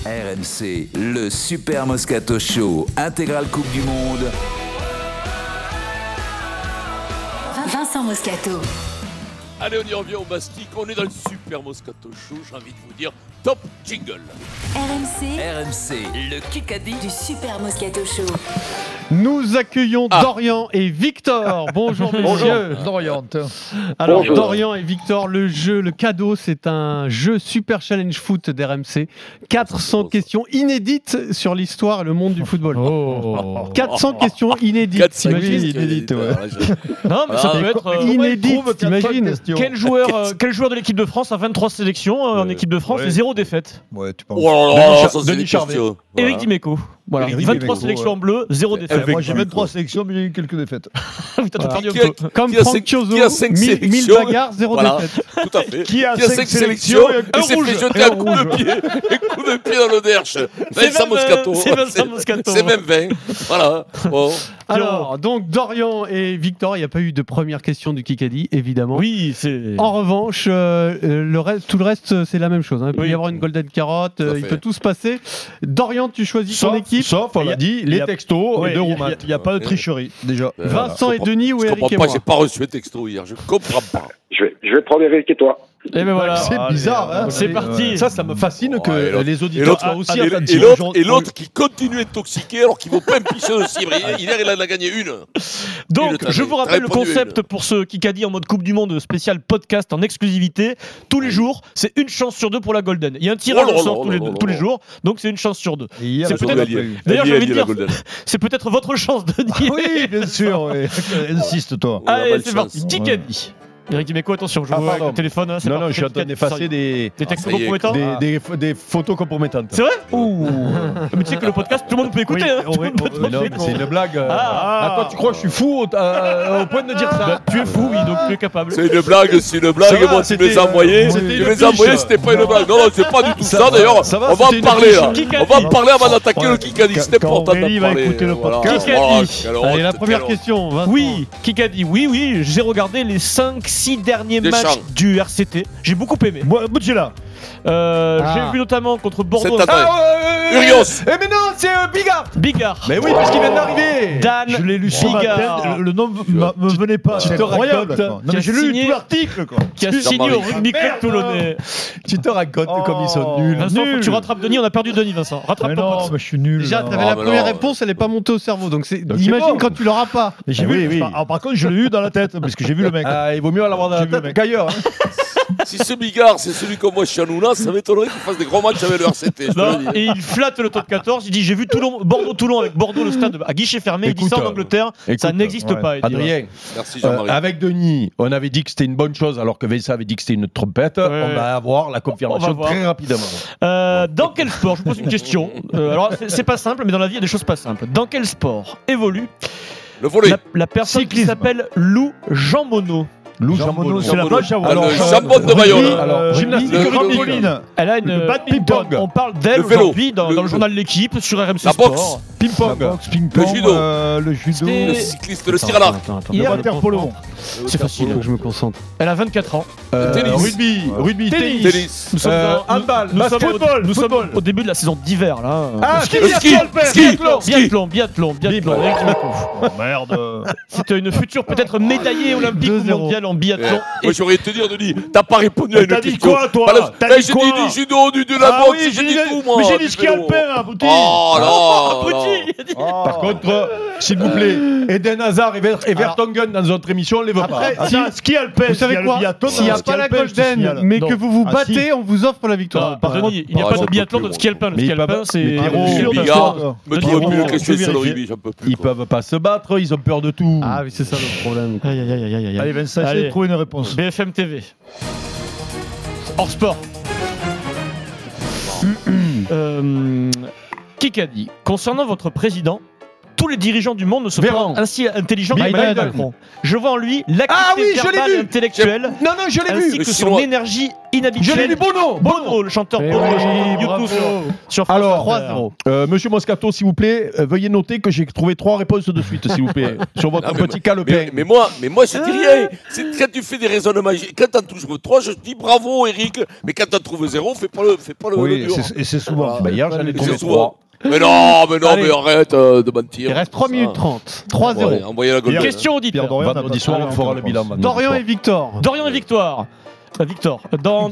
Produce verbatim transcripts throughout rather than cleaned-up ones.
R M C, le Super Moscato Show, intégrale Coupe du Monde. Vincent Moscato. Allez, on y revient au mastic. On est dans le Super Moscato Show. J'ai envie de vous dire, top jingle. R M C. R M C, le Kikadi Du Super Moscato Show. Nous accueillons Ah. Dorian et Victor. Bonjour messieurs. Dorian. Alors Bonjour. Dorian et Victor, le jeu, le cadeau, c'est un jeu Super Challenge Foot d'R M C. quatre cents questions inédites sur l'histoire et le monde du football. Oh. quatre cents questions inédites. quatre cents t'imagines questions inédite, ouais. Alors là, je- Non, mais ça Ah, peut être. euh, Inédite, t'imagines. Quel joueur, euh, quel joueur de l'équipe de France a vingt-trois sélections euh, en Ouais. équipe de France Ouais. et zéro défaite? Ouais, tu penses. Oh là là, Denis ça, Char- c'est Denis des Charvet. questions. Éric Voilà. Dimeco. Voilà, Éric vingt-trois Dimeco, sélections ouais. en bleu, zéro Eh, défaite. Moi j'ai Dimeco. vingt-trois sélections, mais j'ai eu quelques défaites. Putain, t'as perdu un Qui a- peu. Comme Qui a Franck cinq- Chiozo, qui a cinq mille mille sélections bagarres, zéro Voilà. défaite. Tout à fait. Qui a Qui a cinq cinq sélections sélections et un et s'est rouge. fait jeter Et un un coup de rouge. pied. Un coup de pied dans le derche. C'est Vincent même, Moscato. euh, c'est Vincent Moscato. C'est même vingt. Voilà. Bon. Alors, donc Dorian et Victor, il n'y a pas eu de première question du Kikadi, évidemment. Oui, c'est. En revanche, euh, euh, le reste, tout le reste, c'est la même chose. hein. Il peut Oui. y avoir une golden carotte, Tout à euh, il fait. peut tout se passer. Dorian, tu choisis ton Sauf, équipe. sauf, on Il y l'a a- dit, il y les a- textos Ouais, et de il y a- Roumat. Il n'y a pas de Ouais. tricherie, déjà. Euh, Vincent et je Denis ou Je Eric comprends et pas, moi j'ai pas reçu un texto hier. Je comprends pas. Je vais, je vais prendre Eric et toi. Et ben voilà. C'est Ah, bizarre, les- hein. C'est parti. Ça, ça me fascine que Ouais, et l'autre- les Et auditeurs l'autre, soient aussi et attentifs. et l'autre, et l'autre qui continue intoxiqué alors qu'il vaut pas un pichon de cibre. Hier, il en a gagné une. Donc, Une, t'as- je vous t'as rappelle le répondu concept une. pour ce Kikadi en mode Coupe du Monde spécial podcast en exclusivité. Tous les jours, c'est une chance sur deux pour la Golden. Il y a un tirage Oh là au là sort là tous les, là là tous les là. jours, donc c'est une chance sur deux. Et hier, C'est elles ont peut-être- pas eu. D'ailleurs, Elle y j'ai est, envie de elle y est, dire, la Golden. c'est peut-être votre chance, Denis. Ah oui, bien sûr, oui. Insiste, toi. On a Allez, bonne c'est chance. parti. Kikadi. Eric Dimeco, attention, je Ah, vous vois avec pardon. le téléphone. hein, c'est Non, parti. non, je suis en train Kikadi, d'effacer ça- des, Des textes Ah, ça y est, compromettants. des, des, des photos compromettantes. C'est vrai Ouh. Mais tu sais que le podcast, tout le monde peut écouter. Oui, hein, tout le oui, monde peut oui, Mais non, écouter. mais c'est une blague. Ah. Ah, toi, tu crois que je suis fou au, euh, au point de dire ça Bah, tu es fou, oui, donc tu es capable. C'est une blague, c'est une blague. Ça va, Moi, tu me les c'était, as envoyés. euh, Tu c'était me une les as piche. envoyés, c'était pas une blague. Non, non, c'est pas du tout Ça ça va, d'ailleurs. ça va, On va en c'était une parler piche. là. Kikadi. On va en parler avant d'attaquer Ouais. le Kikadi. Quand- C'était quand important d'en Aurélie va parler. écouter le Voilà. podcast. Voilà, Kikadi. quelle Allez, honte, la première quelle honte. question. Vincent. Oui, Kikadi, oui, oui, j'ai regardé les cinq six derniers Deschamps. matchs du R C T. J'ai beaucoup aimé. Moi, Boudjela. Euh, Ah. J'ai vu notamment contre Bordeaux. Cette Ah, ouais, ouais, ouais. Urios. Eh, mais non, c'est euh, Bigard. Bigard. Mais oui, parce qu'il vient d'arriver. Dan Je l'ai lu ce Bigard. matin. Le, le nom me, me venait pas. tu C'est te incroyable. racontes. quoi. Qui Non, a mais j'ai lu signé- tout l'article. Quoi. Qui a Jean-Marie. signé au rugby club merde. toulonnais. Tu te racontes Oh. comme ils sont nuls. Vincent, faut que Nul. tu rattrapes Denis. On a perdu Denis, Vincent. Rattrape Mais ton non, pote. mais je suis nul. Déjà, là. t'avais Ah, la mais première non. réponse, elle n'est pas montée au cerveau. Donc, c'est... Donc, c'est imagine bon. quand tu l'auras pas. Mais j'ai Ah vu. oui, oui. Par, alors, par contre, je l'ai eu dans la tête parce que j'ai vu le mec. Ah, il vaut mieux l'avoir dans J'ai la vu le tête mec. qu'ailleurs. hein. Si ce Bigard, c'est celui comme moi, je suis à Nouna, ça m'étonnerait qu'il fasse des gros matchs avec le R C T. Je te Non, le dis. et il flatte le top quatorze. Il dit j'ai vu Toulon, Bordeaux-Toulon avec Bordeaux le stade à guichet fermé. il dit Écoute, ça en Angleterre, ça écoute, n'existe ouais. pas. Il dit, Adrien, Merci euh, Jean-Marie. avec Denis, on avait dit que c'était une bonne chose alors que Vincent avait dit que c'était une trompette. Ouais. On va avoir la On confirmation va voir. très rapidement. Euh, dans quel sport, je vous pose une question. Euh, alors c'est, c'est pas simple, mais dans la vie il y a des choses pas simples. Dans quel sport évolue Le volet. la, la personne qui Cyclisme. s'appelle Lou Jean Monod? Lou Jean Jean-Monod. Monod, c'est la Monod. plage à Ah, Alors, le euh, jambon de rugby, Bayonne. euh, Alors, gymnastique, le- le- trampoline. Elle a une Le euh, badminton. On parle d'elle Le vélo. aujourd'hui dans, Le- dans le journal L'équipe sur R M C La Sport. boxe. Ping La pong. boxe, ping-pong, Le judo. euh, le judo, C'était- Le cycliste, le tir à l'arc. Attends, attends, le Hier, waterpolo. C'est facile. faut que je me concentre. Elle a vingt-quatre ans. Euh, Tennis. Rugby, rugby, Tennis. tennis. Tennis. Nous sommes, Euh, en- handball, nous sommes au- football, nous sommes football. au début de la saison d'hiver là. Ah, ski, Le ski, biathlon, ski, biathlon, ski. biathlon, biathlon, biathlon. Bim. Eric Dimeco. Oh, merde. C'est une future peut-être médaillée olympique deux ou zéro. mondiale en biathlon. Eh, Moi, j'aurais te dire, Denis, t'as pas répondu à Mais une t'as dit question. quoi, toi Pas la- T'as Eh, dit j'ai quoi dit du judo, du, de la Ah boxe, oui, j'ai dit tout, moi. mais j'ai du dit ski vélo. alpin, abouti. Oh Ah, là là. petit. Par contre, euh, s'il vous plaît, Eden Hazard et, Ver- et Vertonghen dans notre émission, on les veut Après, pas. Attends, ski alpin. Vous savez s'il y a quoi le biathlon, S'il n'y a ski pas la alpin, je te Golden, signale. mais Non. que vous vous Ah, battez, si. on vous offre la victoire. Non, pardon, il n'y a Ah, pas j'en de peux biathlon plus, dans le ski alpin. Le Mais ski ils peuvent- alpin, c'est. mais Pierrot, Le Sur Bigard, Pierrot. me Pierrot, trouve plus le je question vais sur le vérifier. rugby, j'en peux plus. Ils quoi. peuvent pas se battre, ils ont peur de tout. Ah oui, c'est ça le problème. Aïe, aïe, aïe, aïe, aïe, aïe. Allez, Vincent, essaie Allez. de trouver une réponse. B F M T V. Hors sport. euh, Kikadi, concernant votre président, tous les dirigeants du monde ne sont Véran. pas ainsi intelligents que Biden. Emmanuel Macron. Je vois en lui l'acuité Ah oui, je l'ai verbale vu. et intellectuelle, Non, non, je l'ai ainsi vu. que Le son Chinois. énergie Je inhabituelle. l'ai vu, Bono. Bono, le chanteur Eh Bono, oui, le chanteur bravo. YouTube sur, Sur France Alors, trois zéro. euh, monsieur Moscato, s'il vous plaît, euh, veuillez noter que j'ai trouvé trois réponses de suite, s'il vous plaît, sur votre Ah, mais- petit calepin. Mais, mais moi, mais moi, je dis rien. C'est quand tu fais des raisonnements, quand t'en touches trois, je te dis bravo, Eric. Mais quand t'en trouves zéro, fais pas le, fais pas le. le Oui, dur. c'est- et c'est souvent. Bah, hier, j'en ai C'est trouvé souvent. trois. Mais non, mais non, Allez. mais arrête euh, de mentir. Il reste trois minutes trente. trois zéro. Ouais, envoyez la golden. Question Pierre auditeur. Dorian n'a pas Vendredi soir, trouvé on fera encore, le je bilan. pense. vendredi Dorian soir. et Victor. Dorian et Victoire. Euh, Victor, dans,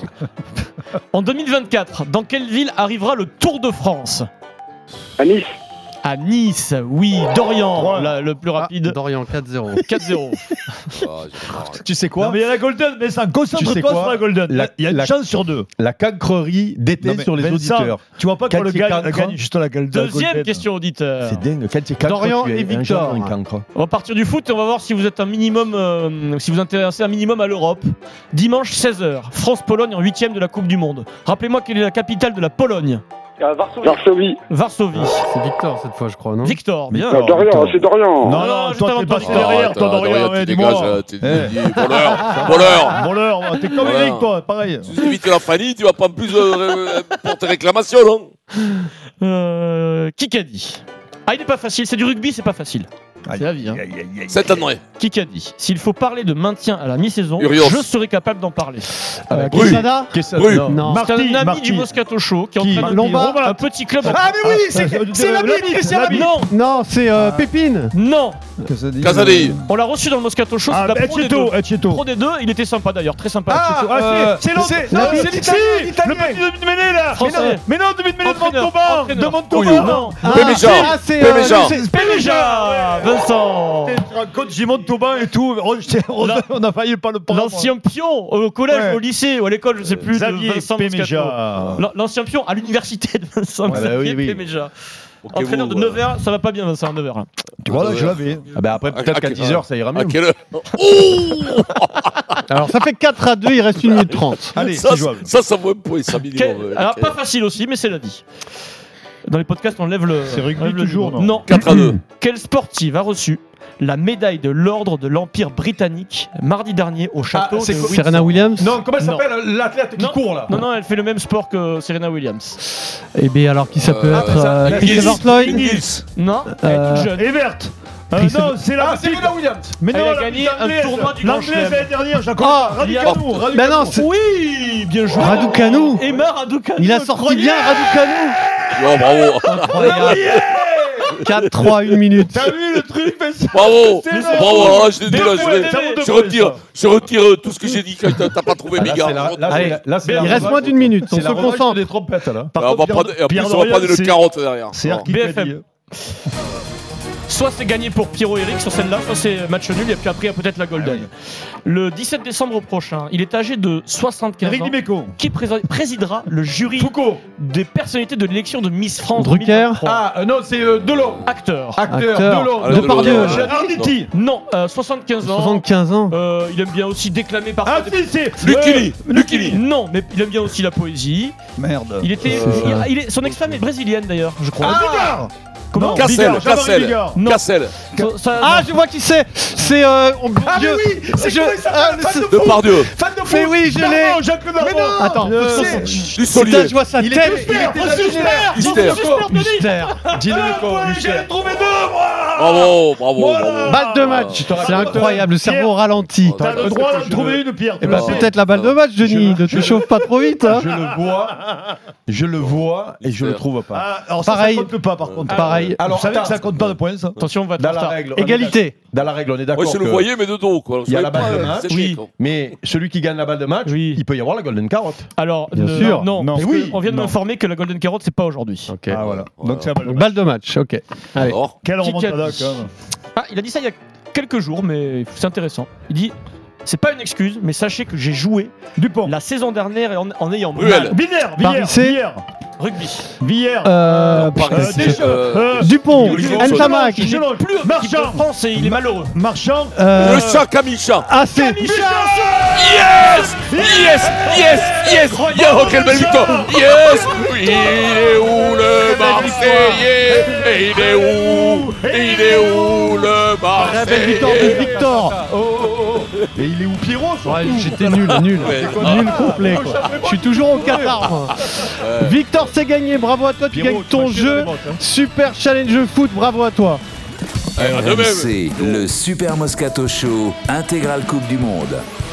en deux mille vingt-quatre, dans quelle ville arrivera le Tour de France? À Nice. À Nice, oui. Dorian, Trois. la- le plus Ah, rapide. Dorian quatre zéro. quatre zéro. Ah, j'ai marre. Tu sais Non, quoi mais il y a la Golden, mais ça, Tu sais concentre-toi quoi sur la Golden. La- Il y a une la- chance sur deux. La cancrerie d'été Non, mais sur les Vincent, auditeurs. Tu vois pas Quand qu'on le il gagne, cancre, elle gagne juste la Golden. Deuxième question auditeur. C'est dingue. Quand tu cancres, Dorian tu es et un Victor. genre, un cancre. On va partir du foot et on va voir si vous êtes un minimum, euh, si vous intéressez un minimum à l'Europe. Dimanche seize heures, France-Pologne en huitième de la Coupe du Monde. Rappelez-moi quelle est la capitale de la Pologne. Varsovie. Varsovie. C'est Victor cette fois, je crois, non? Victor, bien. Non, Dorian, c'est Dorian. Non, Non, non, juste toi avant t'es toi, passé Dorian. derrière, toi Attends, Dorian, Dorian, ouais, tu dégages, dis-moi. euh, t'es Eh. dis- voleur, voleur. Voleur, t'es comme Voilà. Eric, toi, pareil. Tu évites la Fanny, tu vas pas en plus euh, euh, pour tes réclamations, non? Euh, qui qu'a dit? Ah, il n'est pas facile, c'est du rugby, c'est pas facile. Aïe. C'est la vie, hein. Aïe, aïe, aïe. C'est André. Qui qu'a dit? S'il faut parler de maintien à la mi-saison, Urios. je serai capable d'en parler. Euh, Bru. Quesada Qu'est-ce que Bru. ça Non. C'est un Marty, ami Marty. du Moscato Show qui est en Qui train de Lombard. dire un petit club. Ah, mais oui, c'est euh, c'est la euh, bite, Labitte, c'est la Labitte. bite. Non, Non, c'est euh, Pépine. non. Casadei. On l'a reçu dans le Moscato Show, Ah, c'est la pro des deux. Etcheto, Etcheto. Pro des deux, il était sympa d'ailleurs, très sympa. Ah, Etcheto. euh, c'est l'autre. c'est- Non, non, c'est c'est l'Italien, l'italien, le petit de Méné là. Français. Mais non, mais non, de Méné de Entraîneur, Montauban, entraîneur. de Montauban. Couillou. Non. Ah, Péméja. ah, c'est Péméja. euh, c'est- Péméja, Vincent. Quand j'ai Montauban et tout, on Là- on a failli pas le prendre. L'ancien pion au collège, Ouais. au lycée ou à l'école, je sais plus, Xavier de Vincent Moscato. Péméja. L'an- L'ancien pion à l'université de Vincent Ouais, bah Xavier oui, oui. Péméja. Ok, Entraîneur vous, de euh, Nevers, ça va pas bien Vincent, Nevers. Là. Tu vois, là, je l'avais. Ah bah après, À- peut-être à qu'à quel- dix heures, ça ira À mieux. quelle heure? Alors ça fait quatre à deux, il reste une minute trente. Allez, Ça, c'est jouable. ça, ça vaut un point, ça minimum. Quel- euh, Alors quel- pas facile aussi, mais c'est la vie. Dans les podcasts, on lève le. C'est rugby on lève le toujours, niveau. non quatre à deux. Quelle sportive a reçu la médaille de l'ordre de l'Empire britannique mardi dernier au château Ah, c'est de quoi- Windsor? Serena Williams. Non, comment elle Non. s'appelle l'athlète qui Non. court là Non, non, elle fait le même sport que Serena Williams. Eh bien alors qui ça peut Euh, être ça- euh, la- Chris Inglis. Evertloyd. Inglis. Non, elle est Euh, toute jeune. Evert. Euh, Chris- non, c'est la Ah, c'est petite. Serena Williams. Mais Elle non, a la gagné petite un anglaise. tournoi du Grand L'anglaise Chelem. l'année dernière, je la Ah, connais. il y a- Raducanu, Ben Raducanu. non, c'est- Oui, bien joué. Raducanu. Emma Raducanu. Il a sorti bien Raducanu. Oh, bravo. Incroyable. quatre trois, une minute. T'as vu le truc, Vincent? Bravo. C'est Bravo. énorme. Alors là, je l'ai dit, là, je Bien l'ai- joué, Ça vaut deux je points, retire, ça. je retire euh, tout ce que j'ai dit quand t'as t'as pas trouvé Ah, là, Bigard. c'est la- là, c'est Allez. la- là, c'est la Il reste revanche. moins d'une minute, on C'est se la revanche concentre. des trompettes là. Par on va contre, prendre, et en plus, Pierre on va Dorian, prendre une c'est- carotte derrière. C'est Ah. Arki B qui F a M. dit. Soit c'est gagné pour Pierrot Eric sur celle-là, soit c'est match nul et puis après il y a peut-être la Golden. Le dix-sept décembre prochain, il est âgé de soixante-quinze Eric ans. Dimeco. Qui prési- présidera le jury Foucault. des personnalités de l'élection de Miss France Drucker. deux mille vingt-trois. Ah, euh, non, c'est euh, Delon. Acteur. Acteur, Acteur. Delon. Ah, le Depardieu. Delon, ouais. Arditi. Non, euh, soixante-quinze ans. soixante-quinze ans. Euh, il aime bien aussi déclamer parfois. Ah, des- si, c'est. Lucchini. euh, Lucchini. Non, mais il aime bien aussi la poésie. Merde. Il était, C'est ça. il- il est, son ex-femme est brésilienne d'ailleurs, je crois. Ah, Bigard. Comment Cassel, Bigard, Jean-Marie Cassel, Bigard. Non. Cassel, Ça- ça- Ah, non. je vois qui c'est. C'est euh, on- bon Ah, mais Dieu. oui. C'est Je- comment il s'appelle? ah, Fan c'est- de foot. Depardieu, Fan de foot. Mais oui, je l'ai. Darmon, Jacques Darmon. Mais non. Attends, Euh, faut se c'est- concentrer. Dussolier, Putain, je vois sa Il tête. était super. Il était Reçu super. super. Lister. Lister. Dis-le Ah, quoi, ouais, Michel. J'ai trouvé deux, moi. bravo, bravo, Voilà. bravo. Balle de match. te C'est raconte, incroyable. Le cerveau Pierre. ralenti. Oh, T'as le droit d'en trouver une, Pierre. Eh ben, Oh. peut-être la balle de match, Denis. Ne te chauffe pas trop vite. Hein. Je le vois, je le vois et je le trouve pas. Ah, alors ça, Pareil. ça compte pas, par contre. Pareil. Alors, Vous savez que attends. ça compte pas de points, ça. Attention, on va être Dans en la retard. règle, on est Égalité. d'accord- Dans la règle, on est d'accord. Moi, je le que- voyais, mais de dos, quoi. Il y a la Vous savez balle de pas, match. c'est Oui. chic, quoi. Mais celui qui gagne la balle de match, Oui. il peut y avoir la golden carotte. Alors, Bien ne- sûr. non, Non. parce Mais oui. que on vient de Non. m'informer que la Golden Carotte, c'est pas aujourd'hui. Ok. Ah, voilà. Voilà. Donc, c'est la balle de Donc, match. balle de match. Ok. Allez. Alors, Quelle Qui remontada, a- quand même. Ah, il a dit ça il y a quelques jours, mais c'est intéressant. Il dit c'est pas une excuse, mais sachez que j'ai joué Dupont. la saison dernière et en, en ayant Ruel. mal. Villers. Paris Villers. C. Villers. Rugby. Villers. Euh, Paris, Euh, c'est, Deschamps. euh, Euh, Dupont. Olivier Ntamak. Il n'est plus au équipe de Marchand. France et il est malheureux. Marchand. Euh, Le chat Camille Chat. A C. Yes, yes, yes, yes. Oh, quelle belle victoire. Yes. Il est où le Marseillais? Et il est où? Et il est où le Très belle belle victoire de Victor. Oh, oh, oh. Et il est où Pierrot surtout? Ouais, j'étais nul, nul. Ouais. Nul complet, quoi. Je suis toujours au Qatar, moi. Victor, c'est gagné. Bravo à toi. Tu Pierrot, gagnes tu ton m'as chié dans jeu. les bottes, hein. Super Challenge Foot. Bravo à toi. Ah, de même. R M C, le Super Moscato Show, intégrale Coupe du Monde.